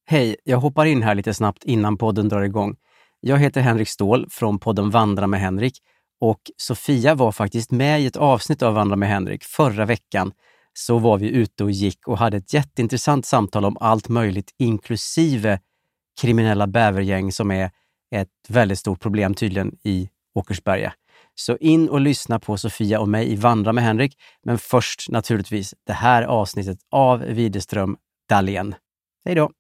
Hej, jag hoppar in här lite snabbt innan podden drar igång. Jag heter Henrik Ståhl från podden Vandra med Henrik och Sofia var faktiskt med i ett avsnitt av Vandra med Henrik förra veckan. Så var vi ute och gick och hade ett jätteintressant samtal om allt möjligt inklusive kriminella bävergäng som är ett väldigt stort problem tydligen i Åkersberga. Så in och lyssna på Sofia och mig i Vandra med Henrik, men först naturligtvis det här avsnittet av Widerström Dahlén. Hej då!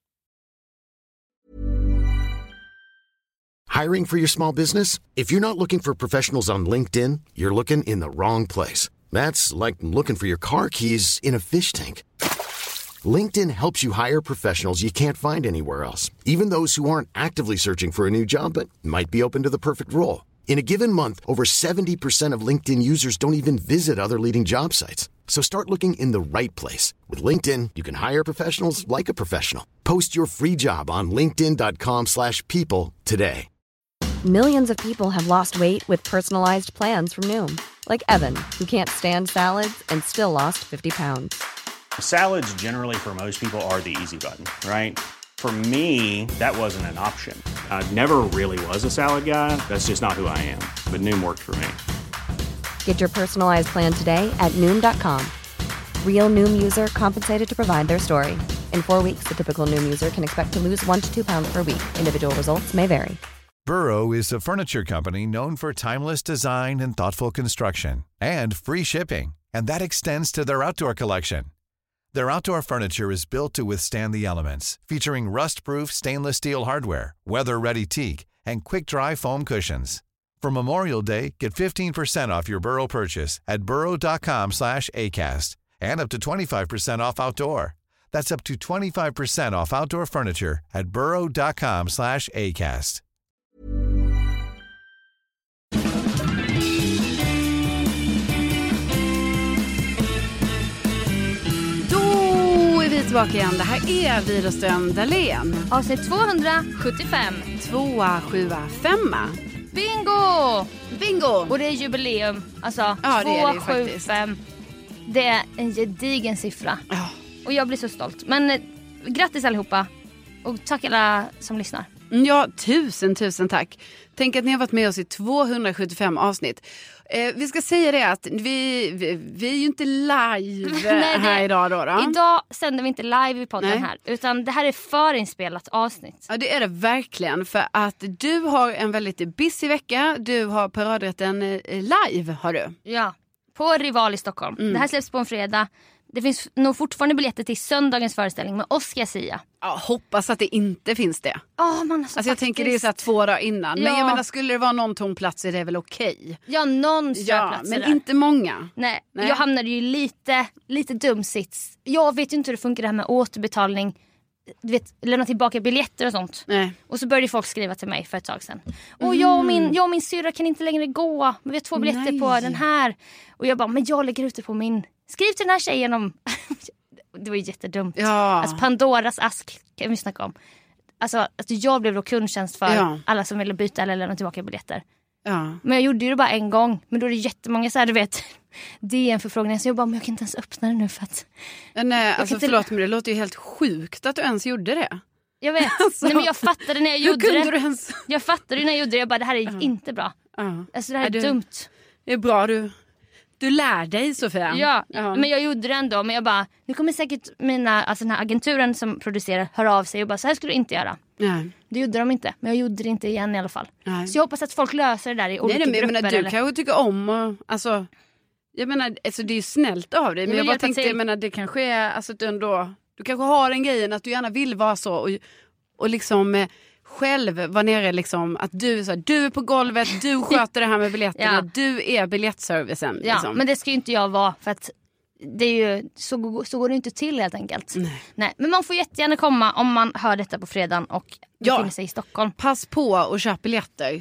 Hiring for your small business? If you're not looking for professionals on LinkedIn, you're looking in the wrong place. That's like looking for your car keys in a fish tank. LinkedIn helps you hire professionals you can't find anywhere else, even those who aren't actively searching for a new job but might be open to the perfect role. In a given month, over 70% of LinkedIn users don't even visit other leading job sites. So start looking in the right place. With LinkedIn, you can hire professionals like a professional. Post your free job on linkedin.com/people today. Millions of people have lost weight with personalized plans from Noom. Like Evan, who can't stand salads and still lost 50 pounds. Salads generally for most people are the easy button, right? For me, that wasn't an option. I never really was a salad guy. That's just not who I am. But Noom worked for me. Get your personalized plan today at Noom.com. Real Noom user compensated to provide their story. In 4 weeks, the typical Noom user can expect to lose 1 to 2 pounds per week. Individual results may vary. Burrow is a furniture company known for timeless design and thoughtful construction, and free shipping, and that extends to their outdoor collection. Their outdoor furniture is built to withstand the elements, featuring rust-proof stainless steel hardware, weather-ready teak, and quick-dry foam cushions. For Memorial Day, get 15% off your Burrow purchase at burrow.com/acast, and up to 25% off outdoor. That's up to 25% off outdoor furniture at burrow.com/acast. Tillbaka igen. Det här är Widerström Dahlén. Avsnitt 275. 275. Bingo! Bingo! Och det är jubileum. Alltså, ja, 275. Det är en gedigen siffra. Ja. Och jag blir så stolt. Men grattis allihopa. Och tack alla som lyssnar. Ja, tusen tack. Tänk att ni har varit med oss i 275 avsnitt. Vi ska säga det att vi är ju inte live här idag då. Idag sänder vi inte live i podden här. Utan det här är förinspelat avsnitt. Ja, det är det verkligen. För att du har en väldigt busy vecka. Du har paradrätten live, har du. Ja, på Rival i Stockholm. Det här släpps på en fredag. Det finns nog fortfarande biljetter till söndagens föreställning med Oscar Sia. Ja, hoppas att det inte finns det. Alltså jag tänker det är så här 2 dagar innan. Ja. Men jag menar, skulle det vara någon tom plats är det väl okej. Ja, någon plats men där. inte många. Nej, jag hamnade ju lite dum sits. Jag vet ju inte hur det funkar det här med återbetalning. Du vet, lämna tillbaka biljetter och sånt. Nej. Och så började folk skriva till mig för ett tag sedan. Och jag och min syrra kan inte längre gå. Men vi har 2 biljetter på den här. Och jag bara, men jag lägger ut det på min... Skriv till den här tjejen om... Det var ju jättedumt. Ja. Alltså Pandoras ask kan vi snacka om. Alltså jag blev då kundtjänst för alla som ville byta eller lämna tillbaka biljetter. Ja. Men jag gjorde ju det bara en gång. Men då är det jättemånga så här, du vet. Det är en förfrågning. Så jag bara, men jag kan inte ens öppna det nu för att... Nej, alltså förlåt, men det låter ju helt sjukt att du ens gjorde det. Jag vet. Alltså, nej, men jag fattade när jag gjorde det. Du ens... Jag fattade när jag gjorde det. Jag bara, det här är inte bra. Alltså det här är dumt. Det är bra, du lär dig, Sofia. Ja, men jag gjorde det ändå. Men jag bara, nu kommer säkert den här agenturen som producerar höra av sig och bara, så här skulle du inte göra. Nej. Det gjorde de inte, men jag gjorde det inte igen i alla fall. Nej. Så jag hoppas att folk löser det där i olika grupper. Jag menar, du kanske tycker om och, alltså, jag menar, alltså, det är ju snällt av dig. Men jag bara tänkte, jag menar, det kanske är alltså, att du kanske har en grejen att du gärna vill vara så och liksom själv var nere liksom, att du är på golvet, du sköter det här med biljetterna, du är biljettservicen. Ja, liksom. men det ska ju inte jag vara, för att det är ju, så går det inte till helt enkelt. Nej. Men man får jättegärna komma om man hör detta på fredagen och befinner sig i Stockholm. Pass på och köp biljetter.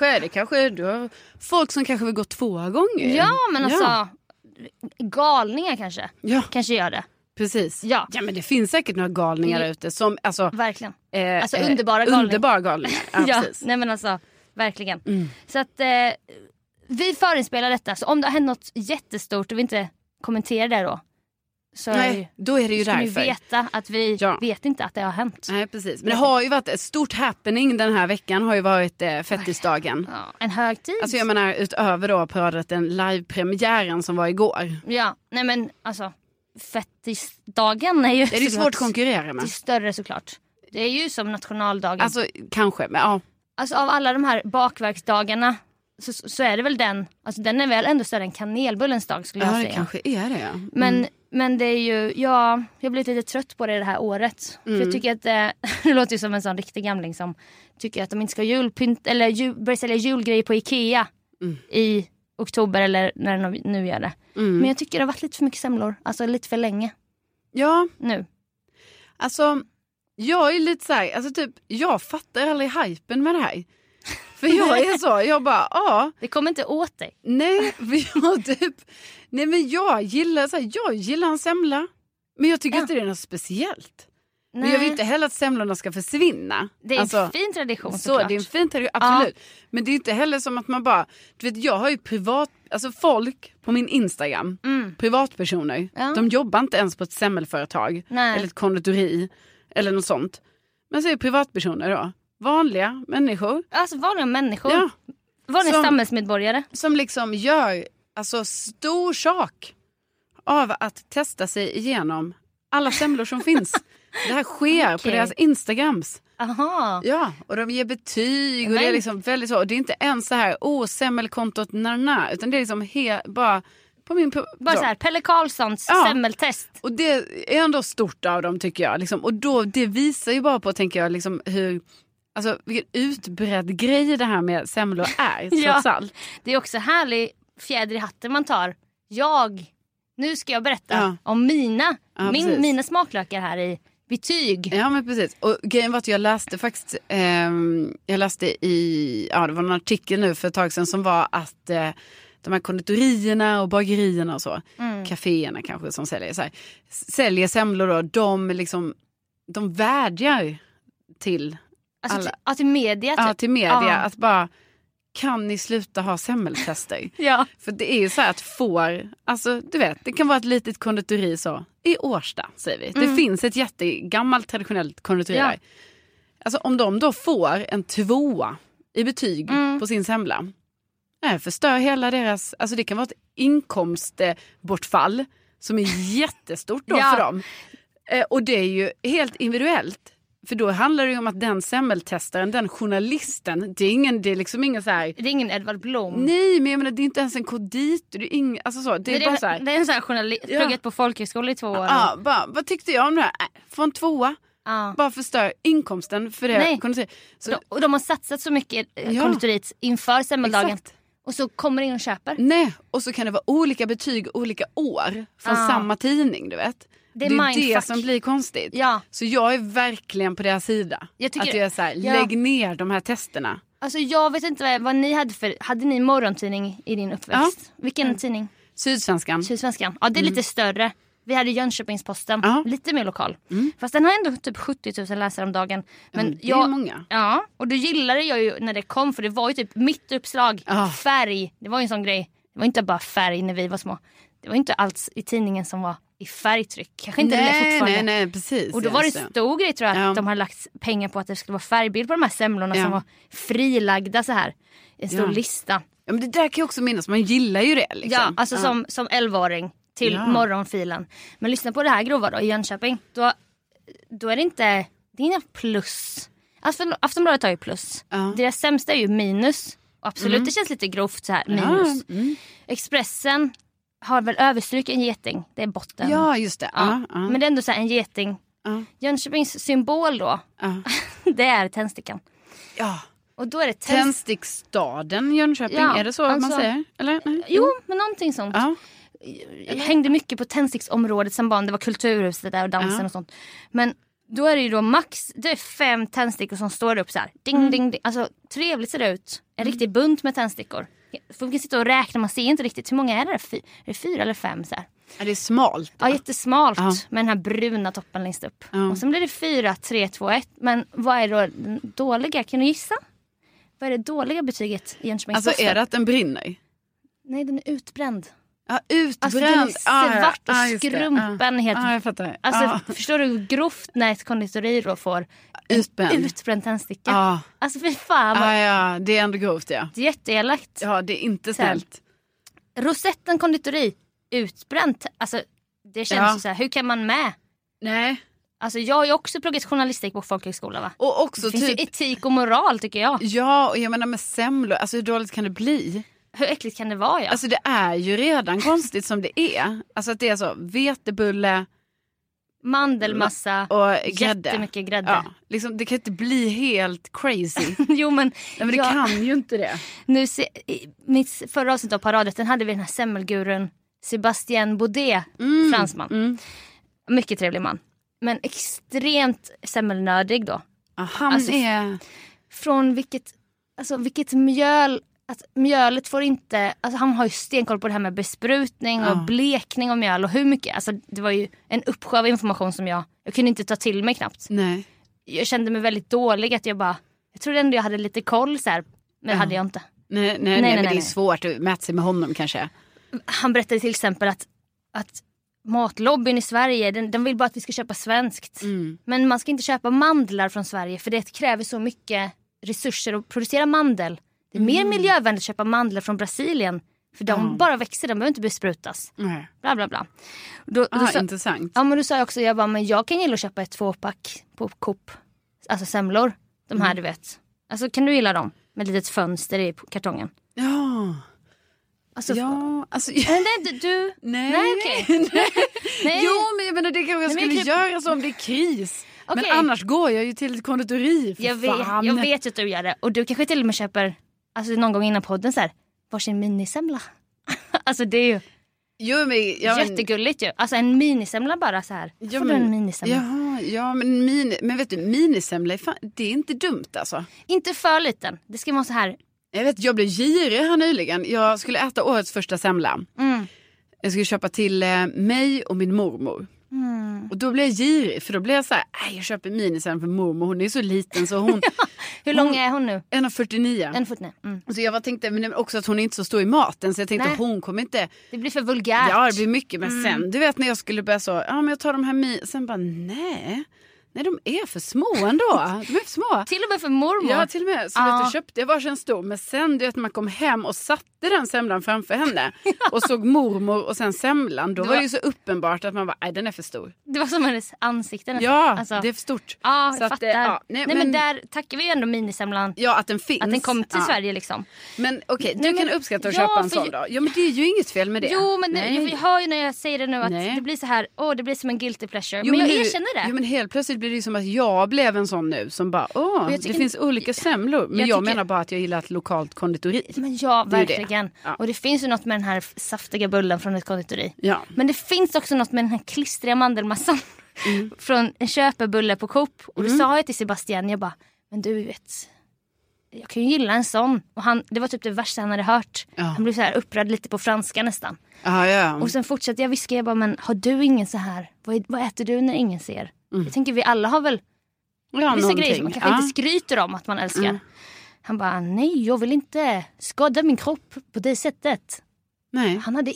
Du har folk som kanske vill gå 2 gånger. Ja, men alltså galningar kanske gör det. Precis. Ja, men det finns säkert några galningar ute som, alltså, verkligen. Alltså underbara galningar. Underbara galningar. Ja, precis. Nej men alltså, verkligen. Så att vi förinspelar detta. Så om det har hänt något jättestort och vi inte kommenterar det då, så nej, då är det ju därför. därför. Ni veta att vi vet inte att det har hänt. Nej, precis. Men det har ju varit ett stort happening den här veckan. Har ju varit fettisdagen. Ja, en högtid. Alltså jag menar utöver då den live-premiären som var igår. Ja, nej men alltså fettisdagen är ju... Det är ju svårt att konkurrera med. Det är större såklart. Det är ju som nationaldagen. Alltså kanske, men ja. Alltså av alla de här bakverksdagarna så är det väl den. Alltså den är väl ändå större än kanelbullens dag skulle jag säga. Ja, det kanske är det, ja. Men det är ju, jag har blivit lite trött på det här året. För jag tycker att det låter ju som en sån riktig gamling som tycker att de inte ska julpynt eller börja sälja julgrejer på Ikea i oktober eller när de nu gör det. Men jag tycker det har varit lite för mycket semlor. Alltså lite för länge. Ja. Nu. Alltså jag är lite så här, alltså typ jag fattar aldrig hypen med det här. För jag är så, jag bara, ja. Det kommer inte åt dig. Nej, men jag gillar en semla. Men jag tycker inte det är något speciellt. Nej. Men jag vill inte heller att semlorna ska försvinna. Det är en fin tradition såklart. Det är en fin tradition, absolut. Ja. Men det är inte heller som att man bara, du vet jag har ju alltså folk på min Instagram, privatpersoner, de jobbar inte ens på ett semmelföretag. Nej. Eller ett konditori eller något sånt. Men så är det privatpersoner då. Vanliga människor. Alltså vanliga människor. Ja. Vanliga samhällsmedborgare. Som liksom gör alltså stor sak av att testa sig igenom alla semlor som finns. Det här sker på deras Instagrams. Aha. Ja, och de ger betyg och det är liksom väldigt så. Och det är inte ens så här, semmelkontot utan det är liksom bara på min... Bara så här, Pelle Karlssons semmeltest. Och det är ändå stort av dem tycker jag. Liksom. Och då, det visar ju bara på, tänker jag, liksom hur... Alltså vilken utbredd grej det här med semlor är, trots allt. Det är också härlig fjäder i hatten man tar. Nu ska jag berätta om mina smaklökar här i betyg. Ja, men precis. Och grejen var att jag läste faktiskt, det var en artikel nu för ett tag sedan som var att de här konditorierna och bagerierna och så, kaféerna kanske som säljer semlor då, de vädjar till till media. Ja, till media. Att bara, kan ni sluta ha semmeltester? Ja. För det är ju så här att alltså du vet, det kan vara ett litet konditori så i Årsta, säger vi. Det finns ett jättegammalt traditionellt konditori där. Alltså om de då får en 2 i betyg på sin semla, förstör hela deras, alltså det kan vara ett inkomstbortfall som är jättestort då för dem. Och det är ju helt individuellt. För då handlar det ju om att den semmeltestaren, den journalisten, det är liksom ingen så här... Det är ingen Edvard Blom. Nej, men jag menar, det är inte ens en kodit. Det är ingen, alltså så, det är bara så här... Det är en sån här journalist, pluggat på folkhögskola i 2 år. Ja, vad tyckte jag om det här? Få en 2. Bara förstör inkomsten för det. Nej, och de har satsat så mycket konditoriet inför semmeldagen. Exakt. Och så kommer in och köper. Nej, och så kan det vara olika betyg olika år från samma tidning, du vet. Det är det som blir konstigt. Ja. Så jag är verkligen på deras sida. Jag är så här, lägg ner de här testerna. Alltså jag vet inte vad ni hade ni morgontidning i din uppväxt? Ja. Vilken tidning? Sydsvenskan. Ja, det är lite större. Vi hade Jönköpingsposten, lite mer lokal. Fast den har ändå typ 70 000 läsare om dagen. Men det är många. Ja, och då gillade jag ju när det kom, för det var ju typ mitt uppslag, färg. Det var ju en sån grej. Det var inte bara färg när vi var små. Det var inte alls i tidningen som var i färgtryck. Kanske inte det fortfarande. Nej, precis. Och då var det stor grej, tror jag, att de har lagt pengar på att det skulle vara färgbild på de här semlorna som var frilagda så här. En stor lista. Ja, men det där kan jag också minnas. Man gillar ju det liksom. Ja, alltså som 11-åring till morgonfilen. Men lyssna på det här grova då i Jönköping. Då är det är inga plus. Alltså Aftonbladet har ju plus. Deras sämsta är ju minus. Och absolut, det känns lite grovt så här, minus. Expressen har väl överstryk en geting. Det är botten. Ja, just det. Men det är ändå så här en geting. Jönköpings symbol då. Det är tändstickan. Ja. Och då är det tändstickstaden Jönköping. Är det så att man säger? Eller? Nej. Jo, men någonting sånt. Jag hängde mycket på tändsticksområdet som barn. Det var kulturhuset där och dansen och sånt. Men då är det ju då det är 5 tändstickor som står upp så här. Ding, ding, ding. Alltså trevligt ser det ut. En riktig bunt med tändstickor. Folk kan sitta och räkna, man ser inte riktigt. Hur många är det? Är det 4 eller 5 så här? Ja, det är smalt. Ja, jättesmalt. Med den här bruna toppen längst upp. Och sen blir det 4, 3, 2, 1. Men vad är då den dåliga? Kan du gissa? Vad är det dåliga betyget i Jönköpings? Alltså är det att den brinner? Nej, den är utbränd. Ja, utbränd. Alltså den är svart och skrumpen. Helt. Ja, jag fattar. Alltså, förstår du hur grovt när ett konditori då får utbränd tändsticka? Ja. Alltså för fan. Ja, det är ändå grovt, ja. Det är jätteelakt. Ja, det är inte snällt. Rosetten konditori, utbränt. Alltså, det känns ju så här, hur kan man med? Nej. Alltså jag har ju också pluggat journalistik på folkhögskola, va? Och också det finns ju etik och moral, tycker jag. Ja, och jag menar med semlor, alltså hur dåligt kan det bli? Hur äckligt kan det vara, ja? Alltså det är ju redan konstigt som det är. Alltså att det är så, vetebulle, mandelmassa och jättemycket grädde. Ja, liksom, det kan inte bli helt crazy. Jo, men det kan ju inte det. Nu mitt förra avsnitt av Paradrätten hade vi den här semmelgurun Sébastien Baudet, fransman. Mycket trevlig man. Men extremt semmelnördig då. Han alltså, är... Från vilket mjöl... Att mjölet får inte... Alltså han har ju stenkoll på det här med besprutning och blekning av mjöl och hur mycket... Alltså det var ju en uppsjö av information som jag kunde inte ta till mig knappt. Nej. Jag kände mig väldigt dålig att jag trodde ändå jag hade lite koll så här, men det hade jag inte. Nej, men det är svårt att mäta sig med honom kanske. Han berättade till exempel att matlobbyn i Sverige, den vill bara att vi ska köpa svenskt. Men man ska inte köpa mandlar från Sverige för det kräver så mycket resurser att producera mandel. Det är mer miljövänligt att köpa mandlar från Brasilien. För de bara växer, de behöver inte besprutas. Bla bla bla. Då intressant. Ja, men då sa jag också, men jag kan gilla att köpa ett 2-pack på Coop. Alltså semlor. De här du vet. Alltså kan du gilla dem? Med ett litet fönster i kartongen. Ja. Alltså, Nej. Du... Nej, okej. Nej. Jo, men jag menar det kanske jag skulle göra så om det är kris. Okay. Men annars går jag ju till ett konditori. Jag vet att du gör det. Och du kanske till och med köper, alltså någon gång innan podden så här, varsin minisemla. Alltså det är ju jättegulligt ju. Alltså en minisemla bara så här. Får du en minisemla? Ja, men vet du, minisemla det är inte dumt alltså. Inte för liten. Det ska vara så här. Jag blev girig här nyligen. Jag skulle äta årets första semla. Jag skulle köpa till mig och min mormor. Och då blev jag girig, för då blev jag så här, jag köper minisemla för mormor, hon är så liten så hon... Hur lång är hon nu? 1,49. 1,49. Så jag tänkte men också att hon är inte så stor i maten, så jag tänkte hon kommer inte... Det blir för vulgärt. Ja, det blir mycket, men sen, du vet när jag skulle börja så, men jag tar de här sen bara, nej, de är för små ändå. De är för små. Till och med för mormor. Ja, till och med. Så vet du, köpte jag varsin stor. Men sen du vet man kom hem och satte den semlan framför henne. Och såg mormor och sen semlan. Då var det ju så uppenbart att man bara, nej den är för stor. Det var som hennes ansikte. Ja, alltså, det är för stort. Ja, jag fattar. Nej, men där tackar vi ändå minisemlan. Ja, att den finns. Att den kom till Sverige liksom. Men okej, du kan uppskatta att köpa en sån då. Ja, men det är ju inget fel med det. Jo, men jag hör ju när jag säger det nu att det blir så här, det blir som en guilty pleasure. Men jag erkänner det. Jo, men helt plötsligt blir det som att jag blev en sån nu som bara, det finns olika semlor. Men jag menar bara att jag gillar ett lokalt konditori. Men ja, verkligen. Ja. Och det finns ju något med den här saftiga bullen från ett konditori. Ja. Men det finns också något med den här klistriga mandelmassan från en köpebulle på Coop. Och då sa jag till Sebastian, jag bara, men du vet, jag kan ju gilla en sån. Och det var typ det värsta han hade hört. Ja. Han blev så här upprörd lite på franska nästan. Ja. Och sen fortsatte jag viska, jag bara, men har du ingen så här, vad äter du när ingen ser? Jag tänker vi alla har väl vissa grejer som man kanske inte skryter om att man älskar. Han bara, nej jag vill inte skada min kropp på det sättet. Nej.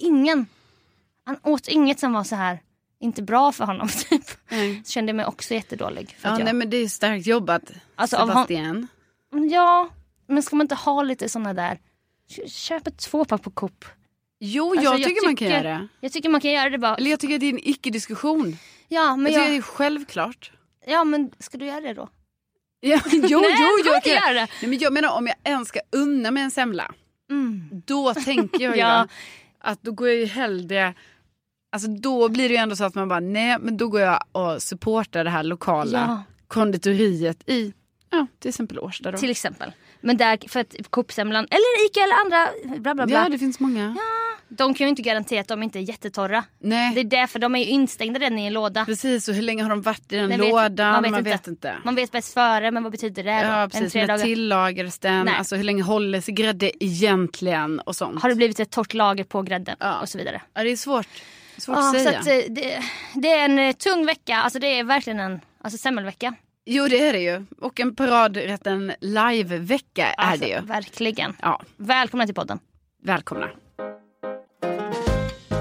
Han åt inget som var så här inte bra för honom typ. Så kände jag mig också jättedålig. För nej men det är starkt jobbat, alltså, Sebastian. Ja, men ska man inte ha lite såna där, köp ett 2-pack på Coop. Jo, alltså, jag tycker man kan göra det. Jag tycker man kan göra det bara. Eller jag tycker det är en icke-diskussion. Ja, men jag tycker det är självklart. Ja, men ska du göra det då? Ja, jag kan göra det. Nej, men jag menar om jag ens ska unna med en semla. Då tänker jag ju att då går jag ju hellre, alltså då blir det ju ändå så att man bara nej, men då går jag och supportar det här lokala konditoriet i till exempel Årsta då. Till exempel. Men där för att Coop-semlan eller Ica eller andra bla bla bla. Ja, det finns många. Ja, de kan ju inte garantera att de inte är jättetorra. Nej. Det är därför de är ju instängda den i en låda. Precis, och hur länge har de varit i den lådan? Man vet inte. Man vet bäst före, men vad betyder det då? Ja, precis. Med tillagres den. Alltså hur länge håller sig grädde egentligen och sånt. Har det blivit ett torrt lager på grädden och så vidare. Ja, det är svårt att säga. Så att, det är en tung vecka. Alltså det är verkligen en semmelvecka. Jo, det är det ju. Och en paradrätten live-vecka är det ju. Verkligen. Ja. Välkomna till podden. Välkomna.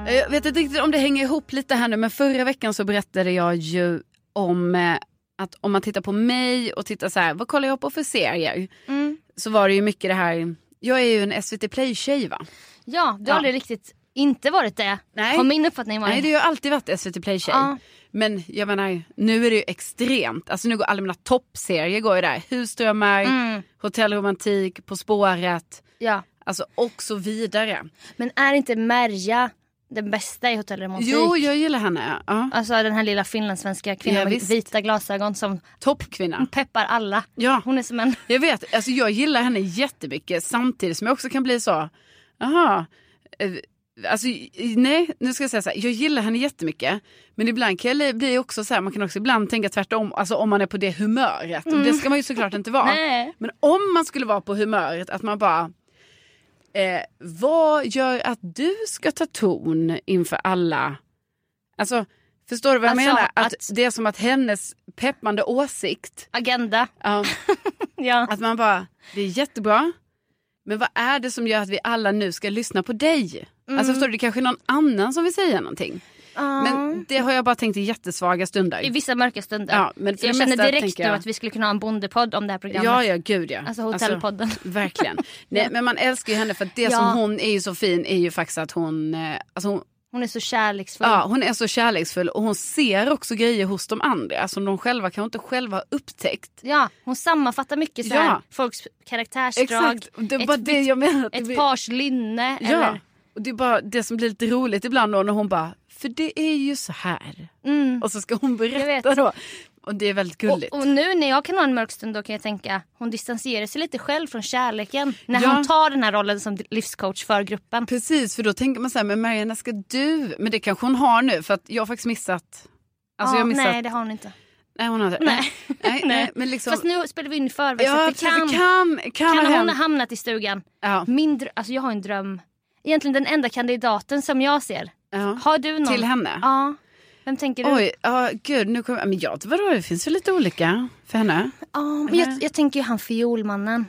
Jag vet inte riktigt om det hänger ihop lite här nu, men förra veckan så berättade jag ju om att om man tittar på mig och tittar så här, vad kollar jag på för serier? Så var det ju mycket det här, jag är ju en SVT Play-tjej va? Ja, du har aldrig riktigt inte varit det. Nej. Har min uppfattning varit. Nej, det har ju alltid varit SVT Play-tjej. Men jag menar, nu är det ju extremt. Alltså nu går alla mina toppserier går ju där. Husdrömmar, hotellromantik, På spåret. Ja. Alltså och så vidare. Men är inte Merja den bästa i hotellromantik? Jo, jag gillar henne. Ja. Alltså den här lilla finlandssvenska kvinnan med vita glasögon som toppkvinna. Peppar alla. Ja. Hon är som en... Jag vet, alltså jag gillar henne jättemycket. Samtidigt som jag också kan bli så, aha, alltså nej, nu ska jag säga så här, jag gillar henne jättemycket, men ibland kan jag bli också så här, man kan också ibland tänka tvärtom, alltså om man är på det humöret, och det ska man ju såklart inte vara. Nej. Men om man skulle vara på humöret, att man bara vad gör att du ska ta ton inför alla, alltså förstår du vad jag menar? Att det är som att hennes peppande åsikt, agenda, ja. Att man bara, det är jättebra. Men vad är det som gör att vi alla nu ska lyssna på dig? Alltså förstår du, det kanske är någon annan som vill säga någonting. Men det har jag bara tänkt i jättesvaga stunder. I vissa mörka stunder. Ja, men jag känner direkt nu att vi skulle kunna ha en bondepodd om det här programmet. Ja, gud ja. Alltså hotellpodden. Alltså, verkligen. Nej, men man älskar ju henne för att det som hon är ju så fin är ju faktiskt att hon är så kärleksfull. Ja, hon är så kärleksfull och hon ser också grejer hos de andra som de själva kan inte själva ha upptäckt. Ja, hon sammanfattar mycket så här folks karaktärsdrag. Exakt, det är bara det jag menar. Ett pars linne. Ja, eller... och det är bara det som blir lite roligt ibland då när hon bara, för det är ju så här. Och så ska hon berätta då. Och det är väldigt gulligt. Och nu när jag kan ha en mörk stund då kan jag tänka, hon distanserar sig lite själv från kärleken. När hon tar den här rollen som livscoach för gruppen. Precis, för då tänker man så här, men Mariana, ska du... Men det kanske hon har nu, för att jag har faktiskt missat... Alltså jag har missat... Nej, det har hon inte. Nej, hon har inte. Nej. Men liksom... Fast nu spelar vi in i förväg. Ja, så det kan hon ha hamnat i stugan. Ja. Alltså jag har en dröm. Egentligen den enda kandidaten som jag ser. Ja. Har du någon? Till henne? Ja. Vem tänker du? Oj, gud, nu kommer... Men vadå, det finns väl lite olika för henne? Ja, men jag tänker ju han fiolmannen.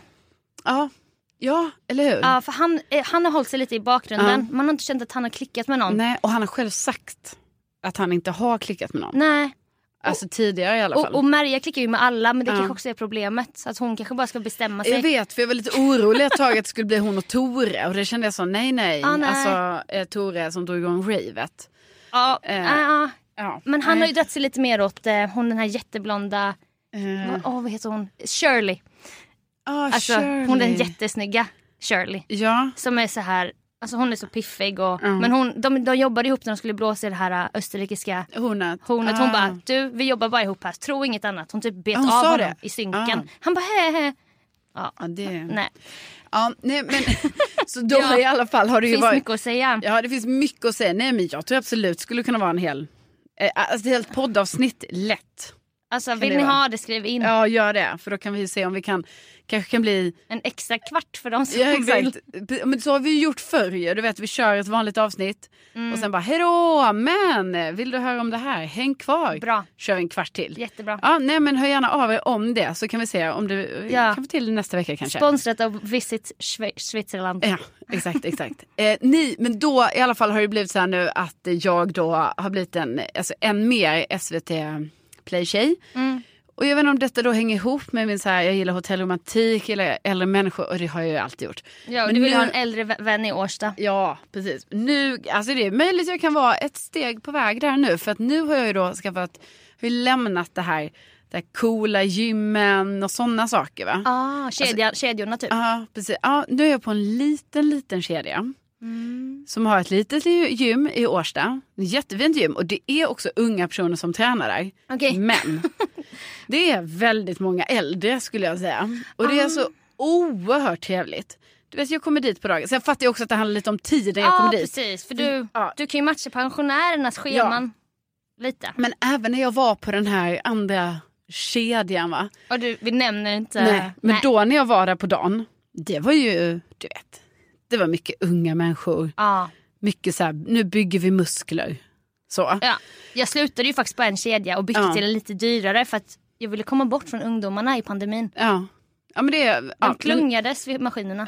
Ja, eller hur? Ja, för han har hållit sig lite i bakgrunden. Man har inte känt att han har klickat med någon. Nej, och han har själv sagt att han inte har klickat med någon. Nej. Alltså tidigare i alla fall. Och Maria klickar ju med alla, men det kanske också är problemet. Så att hon kanske bara ska bestämma sig. Jag vet, för jag var lite orolig ett tag att det skulle bli hon och Tore. Och det kände jag så, nej. Alltså Tore som drog igång ravet. Ja. Men han har ju dratt sig lite mer åt hon den här jätteblonda... vad heter hon? Shirley. Alltså Shirley. Hon är den jättesnygga Shirley. Ja. Som är så här... Alltså hon är så piffig men de jobbade ihop när de skulle blåsa i det här österrikiska hornet. Hon bara, vi jobbar bara ihop här. Tro inget annat. Hon typ bet av honom i synken. Han bara, he. Ja, det... Nej. Ja, nej men så då i alla fall har det ju varit... mycket att säga. Ja, det finns mycket att säga. Nej, men jag tror absolut skulle kunna vara en hel... Alltså ett helt poddavsnitt lätt. Alltså vill ni ha det, skriv in. Ja, gör det. För då kan vi se om vi kanske kan bli... En extra kvart för dem som vill. Men så har vi ju gjort förr. Du vet, vi kör ett vanligt avsnitt. Och sen bara, hejdå, men vill du höra om det här? Häng kvar. Bra. Kör en kvart till. Jättebra. Ja, nej men hör gärna av er om det. Så kan vi se om det kan få till nästa vecka kanske. Sponsrat av Visit Switzerland. Ja, exakt. Men då i alla fall har det blivit så här nu att jag då har blivit en mer SVT Play-tjej. Och jag vet inte om detta då hänger ihop med min så här, jag gillar hotellromantik, eller äldre människor, och det har jag ju alltid gjort. Ja, och du vill ha en äldre vän i Årsta. Ja, precis. Nu, alltså det är möjligt att jag kan vara ett steg på väg där nu, för att nu har jag ju då lämnat det här coola gymmen och sådana saker, va? Kedjorna typ. Ja, precis. Ja, nu är jag på en liten kedja. Som har ett litet gym i Årsta. Ett jättefint gym. Och det är också unga personer som tränar där. Okay. Men det är väldigt många äldre skulle jag säga. Och det är så oerhört trevligt. Du vet, jag kommer dit på dagen. Sen fattar jag också att det handlar lite om tiden jag kommer dit. Precis. För du kan ju matcha pensionärernas scheman lite. Men även när jag var på den här andra kedjan, va? Och vi nämner inte... Nej, men då när jag var där på dagen, det var ju, du vet... Det var mycket unga människor. Mycket så här, nu bygger vi muskler. Så. Ja. Jag slutade ju faktiskt på en kedja och bytte till en lite dyrare för att jag ville komma bort från ungdomarna i pandemin. Ja, men det... De klungades vid maskinerna. Ja,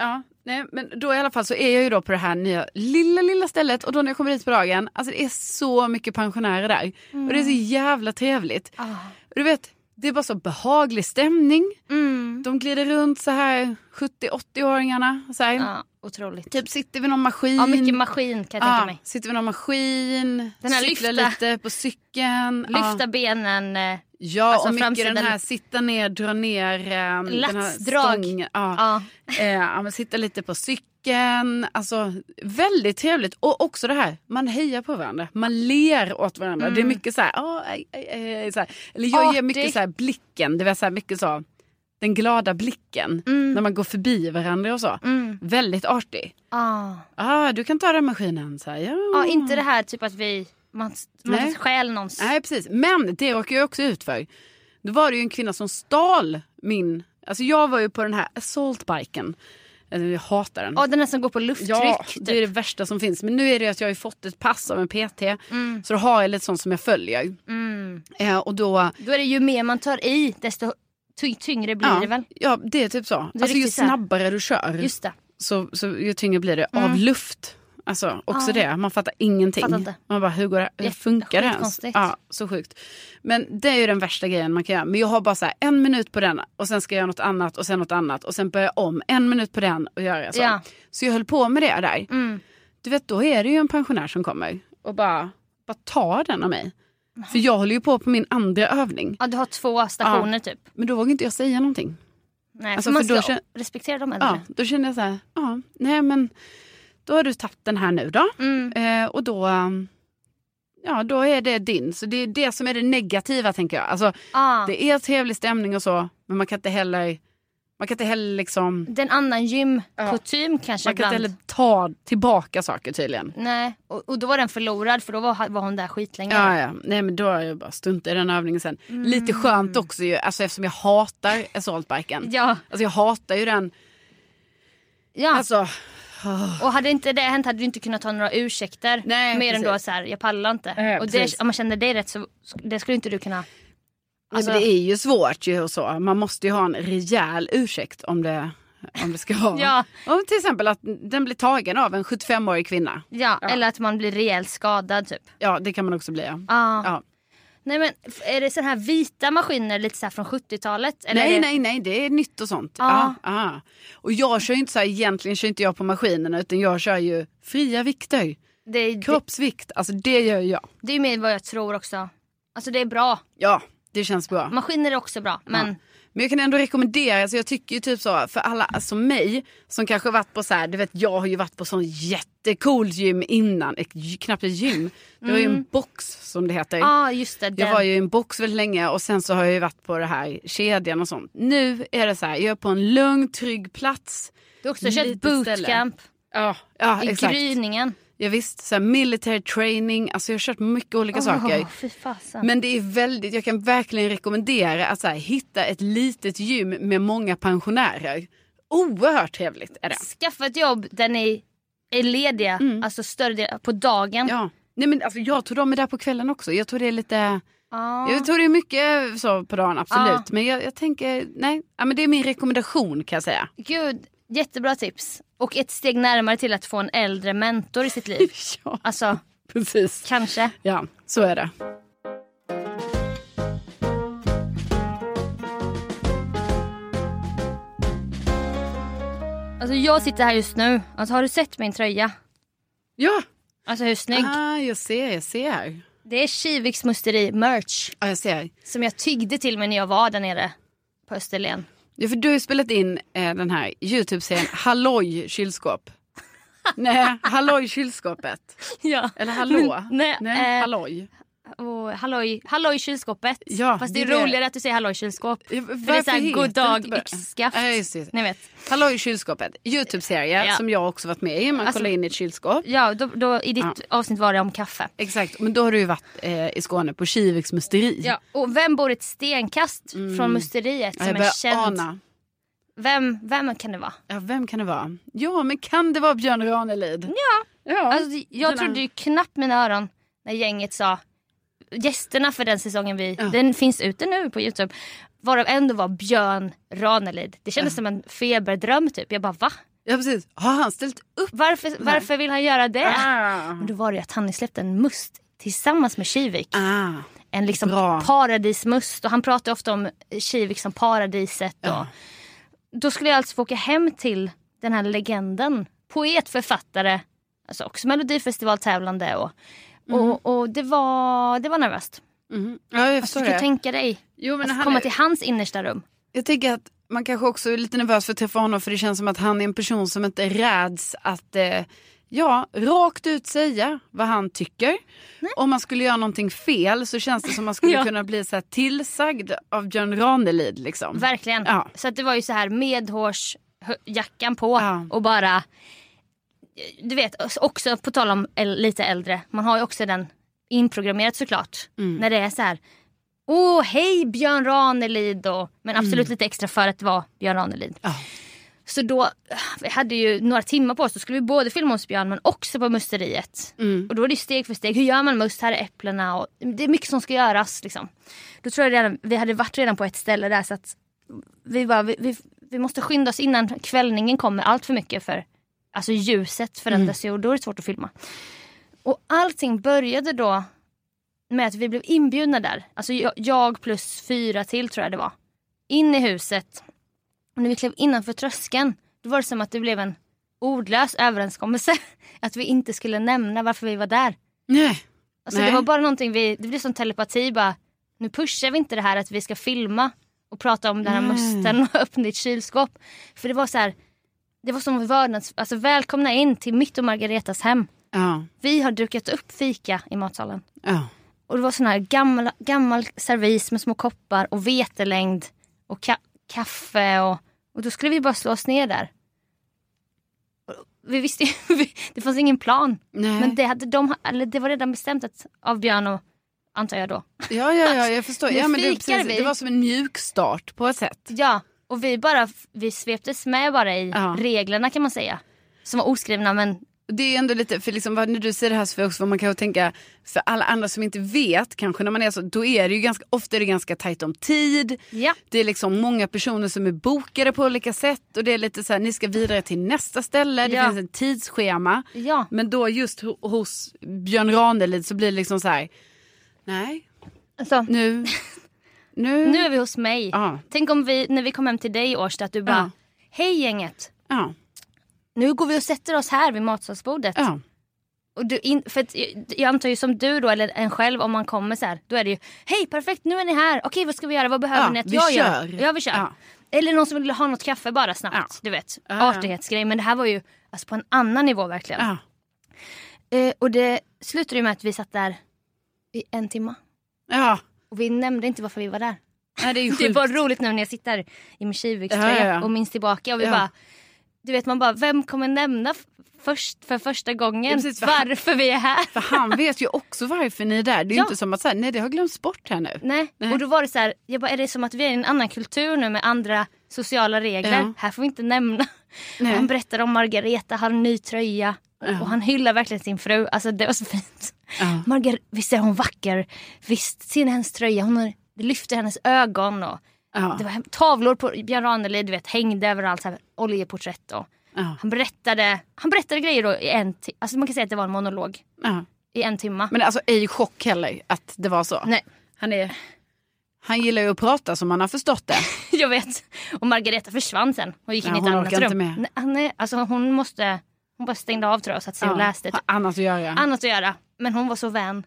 Nej, men då i alla fall så är jag ju då på det här nya lilla stället. Och då när jag kommer dit på dagen, alltså det är så mycket pensionärer där. Och det är så jävla trevligt. Och du vet, det är bara så behaglig stämning. De glider runt så här 70-80-åringarna. Så här. Ja, otroligt. Typ sitter vi någon maskin. Ja, mycket maskin kan jag tänka mig. Sitter vi någon maskin. Den här cyklar lite på cykeln. Lyfta benen. Ja, alltså och mycket den här sitta ner, dra ner den här stången. Men sitta lite på cykeln. Alltså väldigt trevligt. Och också det här, man hejar på varandra. Man ler åt varandra. Det är mycket så här, så här. Eller jag ger mycket så här blicken. Det var så här mycket så, den glada blicken. När man går förbi varandra och så. Väldigt artig. Du kan ta den maskinen. Så här, ja, inte det här typ att man stjäl någons. Nej, precis. Men det råkar jag också ut för. Då var det ju en kvinna som stal min... Alltså jag var ju på den här assaultbiken. Jag hatar den. Ja, den här som går på lufttryck. Ja, det är det värsta som finns. Men nu är det att jag har ju fått ett pass av en PT. Så då har jag lite sånt som jag följer. Och då är det ju mer man tar i, desto tyngre blir det väl? Ja, det är typ så. Alltså ju snabbare du kör. Just det. Så ju tyngre blir det av luft. Alltså också det, man fattar ingenting. Man bara, hur går det? Hur funkar det ens? Ja, så sjukt. Men det är ju den värsta grejen man kan göra. Men jag har bara så här 1 minut på den och sen ska jag göra något annat och sen något annat och sen börja om 1 minut på den och göra så. Ja. Så jag höll på med det där. Du vet, då är det ju en pensionär som kommer och bara tar den av mig. För jag håller ju på min andra övning. Ja, du har 2 stationer typ. Men då vågar inte jag säga någonting. Nej, alltså, för man ska respektera dem äldre. Ja, då känner jag så här, nej men då har du tagit den här nu då. Och då är det din. Så det är det som är det negativa, tänker jag. Alltså, det är trevlig stämning och så. Men man kan inte heller liksom... Den annan gymkutym kanske man kan inte heller ta tillbaka saker tydligen. Nej, och då var den förlorad. För då var hon där skitlänge. Ja. Nej, men då har jag bara stunt i den övningen sen. Lite skönt också ju. Alltså eftersom jag hatar assaultbiken. Ja. Alltså jag hatar ju den. Ja. Alltså... Och hade inte det hänt hade du inte kunnat ta några ursäkter. Nej, mer än då så här, jag pallar inte. Och det, om man känner det rätt så det skulle inte du kunna. Alltså, men det är ju svårt ju och så. Man måste ju ha en rejäl ursäkt om det ska vara. Ja. Om till exempel att den blir tagen av en 75-årig kvinna. Ja, eller att man blir rejält skadad typ. Ja, det kan man också bli. Ja. Nej, men är det sån här vita maskiner lite så här från 70-talet? Eller nej, det är nytt och sånt. Ja. Och jag kör ju inte så här, egentligen kör inte jag på maskinerna utan jag kör ju fria vikter. Kroppsvikt, alltså det gör jag. Det är ju mer vad jag tror också. Alltså det är bra. Ja, det känns bra. Maskiner är också bra, men... Ja. Men jag kan ändå rekommendera, alltså jag tycker ju typ så, för alla som mig som kanske varit på så här, du vet jag har ju varit på sån jättecool gym innan, knappt ett gym. Det var ju en box som det heter. Ja, just det. Jag var ju i en box väldigt länge och sen så har jag ju varit på det här kedjan och sånt. Nu är det så här, jag är på en lugn, trygg plats. Du har också kört bootcamp. Ja, i exakt. Gryningen. Ja visst, så här military training, alltså jag har kört mycket olika saker. Men det är väldigt, jag kan verkligen rekommendera att så här, hitta ett litet gym med många pensionärer. Oerhört trevligt är det. Skaffa ett jobb där ni är lediga, alltså större del på dagen. Ja, nej men alltså jag tror de är där på kvällen också. Jag tror det är lite... Jag tror det är mycket så på dagen, absolut. Men jag tänker, men det är min rekommendation kan jag säga. Gud, jättebra tips. Och ett steg närmare till att få en äldre mentor i sitt liv. Ja, alltså, precis. Kanske. Ja, så är det. Alltså jag sitter här just nu. Alltså, har du sett min tröja? Ja. Alltså hur snygg? Jag ser. Det är Kiviks musteri merch. Ja, jag ser. Som jag tyggde till mig när jag var där nere på Österlen. Ja, för du har spelat in den här YouTube-serien Halloj kylskåp. Nej, Halloj kylskåpet. Ja. Eller hallå. Nej, Halloj. Halloj kylskåpet. Ja, fast det är roligare att du säger halloj kylskåp. För det är såhär god dag yxskaft. Ni vet. Halloj kylskåpet. YouTube-serie som jag också varit med i. Man kollar in i ett kylskåp. Ja, då i ditt avsnitt var det om kaffe. Exakt, men då har du ju varit i Skåne på Kiviks musteri. Ja, och vem bor ett stenkast från musteriet som är känd? Ana. Vem kan det vara? Ja, vem kan det vara? Ja, men kan det vara Björn Ranelid? Ja. Alltså, jag trodde ju knappt mina öron när gänget sa gästerna för den säsongen den finns ute nu på YouTube. Varav ändå var Björn Ranelid. Det kändes som en feberdröm typ. Jag bara, va? Ja, precis. Har han ställt upp? Varför vill han göra det? Men då var det att han släppte en must tillsammans med Kivik. En liksom paradismust. Och han pratar ofta om Kivik som paradiset. Och då skulle jag alltså få åka hem till den här legenden. Poet, författare. Alltså också Melodifestivaltävlande. Och det var nervöst. Ja, jag förstår det. Tänka dig att komma till hans innersta rum. Jag tänker att man kanske också är lite nervös för att träffa honom. För det känns som att han är en person som inte räds att rakt ut säga vad han tycker. Nej. Om man skulle göra någonting fel så känns det som att man skulle kunna bli så här tillsagd av Björn Ranelid. Liksom. Verkligen. Ja. Så att det var ju så här medhårsjackan på och bara... Du vet, också på tal om lite äldre. Man har ju också den inprogrammerat såklart. När det är så här... hej Björn Ranelid. Men absolut lite extra för att det var Björn Ranelid. Så då, vi hade ju några timmar på oss. Då skulle vi både filma hos Björn men också på musteriet. Och då är det steg för steg. Hur gör man must? Här är äpplena. Och det är mycket som ska göras. Liksom. Då tror jag vi hade varit redan på ett ställe där. Så att vi måste skynda oss innan kvällningen kommer allt för mycket. För alltså ljuset förändras ju och då är det svårt att filma. Och allting började då med att vi blev inbjudna där. Alltså jag plus 4 till tror jag det var. In i huset. Och när vi klev innanför tröskeln, då var det som att det blev en ordlös överenskommelse. Att vi inte skulle nämna varför vi var där. Nej. Alltså det var bara någonting det blev som telepati. Bara, nu pushar vi inte det här att vi ska filma och prata om den här musten och öppna ett kylskåp. För det var så här, det var som alltså välkomna in till mitt och Margaretas hem. Vi har dukat upp fika i matsalen. Och det var sån här gammal servis med små koppar och vetelängd och kaffe och då skulle vi bara slå oss ner där. Vi visste det fanns ingen plan. Nej. Men det var redan bestämt av Björn och antar jag då. Ja, jag förstår. Ja, men det var som en mjuk start på ett sätt. Ja, och vi sveptes med bara i reglerna kan man säga. Som var oskrivna men det är ändå lite, för liksom, när du säger det här så för också vad man kan tänka, för alla andra som inte vet kanske när man är så, då är det ju ofta är det ganska tajt om tid. Ja. Det är liksom många personer som är bokade på olika sätt och det är lite så här, ni ska vidare till nästa ställe, det finns ett tidsschema. Ja. Men då just hos Björn Ranelid så blir det liksom så här, nej, alltså, nu är vi hos mig. Tänk om när vi kom hem till dig i Årsta att du bara, hej gänget. Nu går vi och sätter oss här vid matsalsbordet. Och för att jag antar ju som du då, eller en själv om man kommer så här, då är det ju, hej perfekt nu är ni här, okej vad ska vi göra, vad behöver ni att jag gör? Ja, vi kör. Eller någon som vill ha något kaffe bara snabbt, du vet, artighetsgrej. Men det här var ju alltså på en annan nivå verkligen. Och det slutade ju med att vi satt där i 1 timme. Och vi nämnde inte varför vi var där. Nej, det är ju det var roligt nu när jag sitter i min Kiviks tröja och minns tillbaka och vi bara, du vet man bara, vem kommer nämna för första gången varför vi är här? För han vet ju också varför ni är där. Det är ju inte som att säga, nej det har glömts bort här nu. Nej. Och då var det så här, jag bara, är det som att vi är i en annan kultur nu med andra sociala regler? Här får vi inte nämna. Han berättar om Margareta har en ny tröja och han hyllar verkligen sin fru. Alltså det var så fint. Visst är hon vacker. Visst, sin hennes tröja, det lyfte hennes ögon och det var tavlor på Björn Ranelid, du vet, hängde överallt så här, oljeporträtt och han berättade grejer då i alltså man kan säga att det var en monolog i 1 timme. Men alltså är ju chock heller att det var så. Nej. Han gillar ju att prata som man har förstått det. Jag vet. Och Margareta försvann sen och gick in i ett annat rum. Nej, alltså hon bara stängde av tror jag och satt sig och läste. Annat att göra. Men hon var så vän.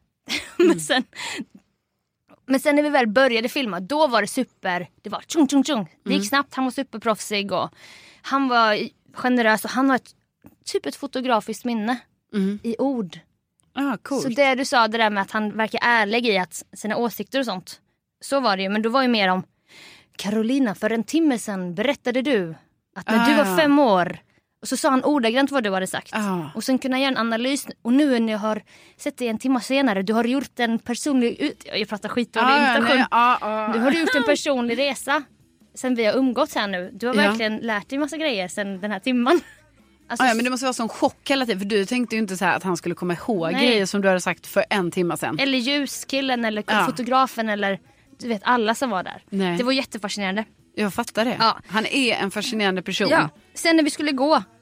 Men sen när vi väl började filma, då var det super. Det var tjung tjung tjung. Det gick snabbt, han var superproffsig och han var generös och han har typ ett fotografiskt minne i ord. Cool. Så det du sa, det där med att han verkar ärlig i att sina åsikter och sånt. Så var det ju, men då var ju mer om Carolina, för 1 timme sedan berättade du att när du var 5 år. Och så sa han ordagrant vad du hade sagt. Och sen kunde jag göra en analys. Och nu när jag har sett det 1 timme senare, du har gjort en personlig jag pratar skit om imitation. Du har gjort en personlig resa sen vi har umgått här nu. Du har verkligen lärt dig massa grejer sen den här timman. Alltså, men det måste vara sån chock hela tiden. För du tänkte ju inte så här att han skulle komma ihåg grejer som du hade sagt för 1 timme sedan. Eller ljuskillen eller fotografen eller du vet alla som var där. Nej. Det var jättefascinerande. Jag fattar det. Han är en fascinerande person. Ja. Sen när vi skulle gå,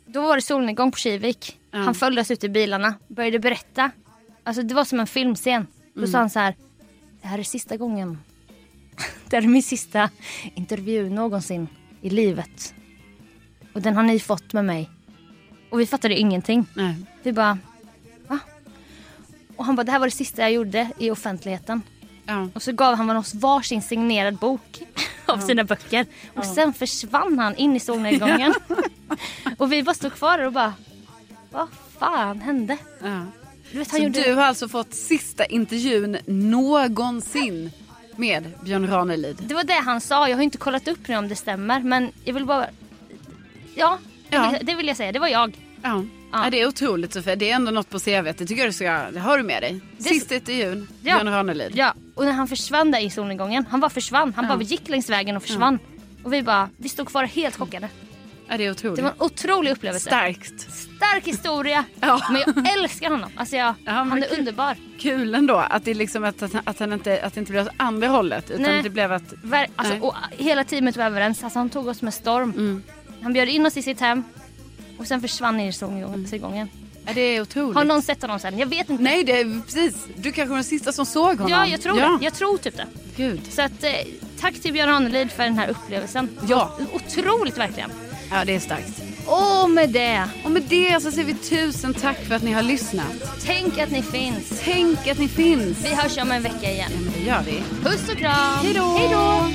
Då var det solnedgång på Kivik. Han följde oss ut i bilarna. Började berätta. Alltså det var som en filmscen. Då sa han så här: det här är sista gången. Det här är min sista intervju någonsin i livet. Och den har ni fått med mig. Och vi fattade ingenting. Nej. Vi bara, va? Och han bara, det här var det sista jag gjorde i offentligheten. Ja. Och så gav han oss varsin signerad bok av sina böcker. Och sen försvann han in i solnedgången. Och vi bara stod kvar och bara, vad fan hände? Ja. Du vet, du har alltså fått sista intervjun någonsin med Björn Ranelid. Det var det han sa. Jag har inte kollat upp nu om det stämmer. Men jag vill bara... Det vill jag säga. Det var jag. Ja, det är otroligt, Sofia. Det är ändå något på CV. Det tycker jag du ska... Det har du med dig. Sista intervjun, Björn Ranelid. Ja, och när han försvann där i solnedgången. Han bara försvann. Han bara gick längs vägen och försvann. Och vi stod kvar helt chockade. Ja, det är otroligt. Det var en otrolig upplevelse. Stark historia. Men jag älskar honom. Alltså han är underbar. Kul ändå att det liksom att det inte blev åt andra hållet, utan det blev att och hela teamet var överens. Alltså han tog oss med storm. Han bjöd in oss i sitt hem och sen försvann i solnedgången. Ja, det är otroligt. Har någon sett honom sen? Jag vet inte. Nej, det är precis. Du kanske var den sista som såg honom. Ja, jag tror det. Jag tror typ det. Gud. Så att tack till Björn Ranelid för den här upplevelsen. Ja. Otroligt verkligen. Ja, det är starkt. Och med det så säger vi tusen tack för att ni har lyssnat. Tänk att ni finns. Vi hörs om en vecka igen. Ja, men det gör vi. Puss och kram. Hej då. Hej då.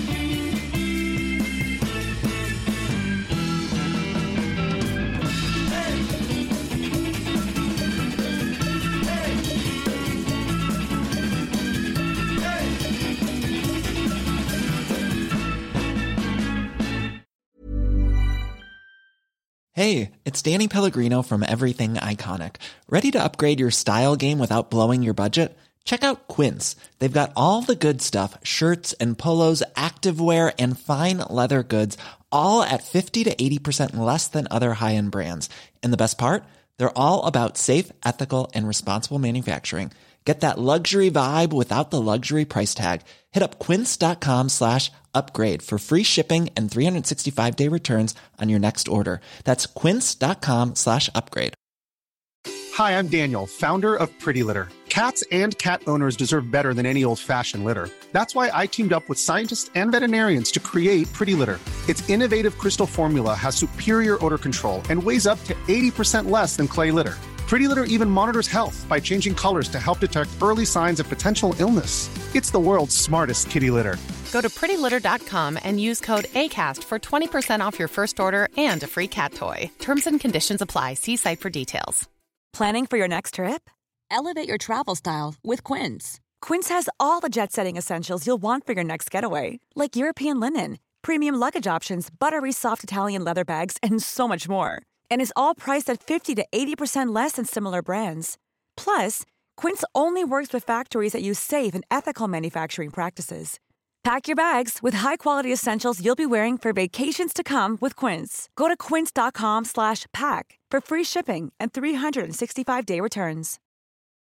Hey, it's Danny Pellegrino from Everything Iconic. Ready to upgrade your style game without blowing your budget? Check out Quince. They've got all the good stuff, shirts and polos, activewear, and fine leather goods, all at 50 to 80% less than other high-end brands. And the best part? They're all about safe, ethical, and responsible manufacturing. Get that luxury vibe without the luxury price tag. Hit up quince.com/upgrade for free shipping and 365-day returns on your next order. That's quince.com/upgrade. Hi, I'm Daniel, founder of Pretty Litter. Cats and cat owners deserve better than any old-fashioned litter. That's why I teamed up with scientists and veterinarians to create Pretty Litter. Its innovative crystal formula has superior odor control and weighs up to 80% less than clay litter. Pretty Litter even monitors health by changing colors to help detect early signs of potential illness. It's the world's smartest kitty litter. Go to prettylitter.com and use code ACAST for 20% off your first order and a free cat toy. Terms and conditions apply. See site for details. Planning for your next trip? Elevate your travel style with Quince. Quince has all the jet-setting essentials you'll want for your next getaway, like European linen, premium luggage options, buttery soft Italian leather bags, and so much more. And is all priced at 50 to 80% less than similar brands. Plus, Quince only works with factories that use safe and ethical manufacturing practices. Pack your bags with high-quality essentials you'll be wearing for vacations to come with Quince. Go to quince.com/pack for free shipping and 365-day returns.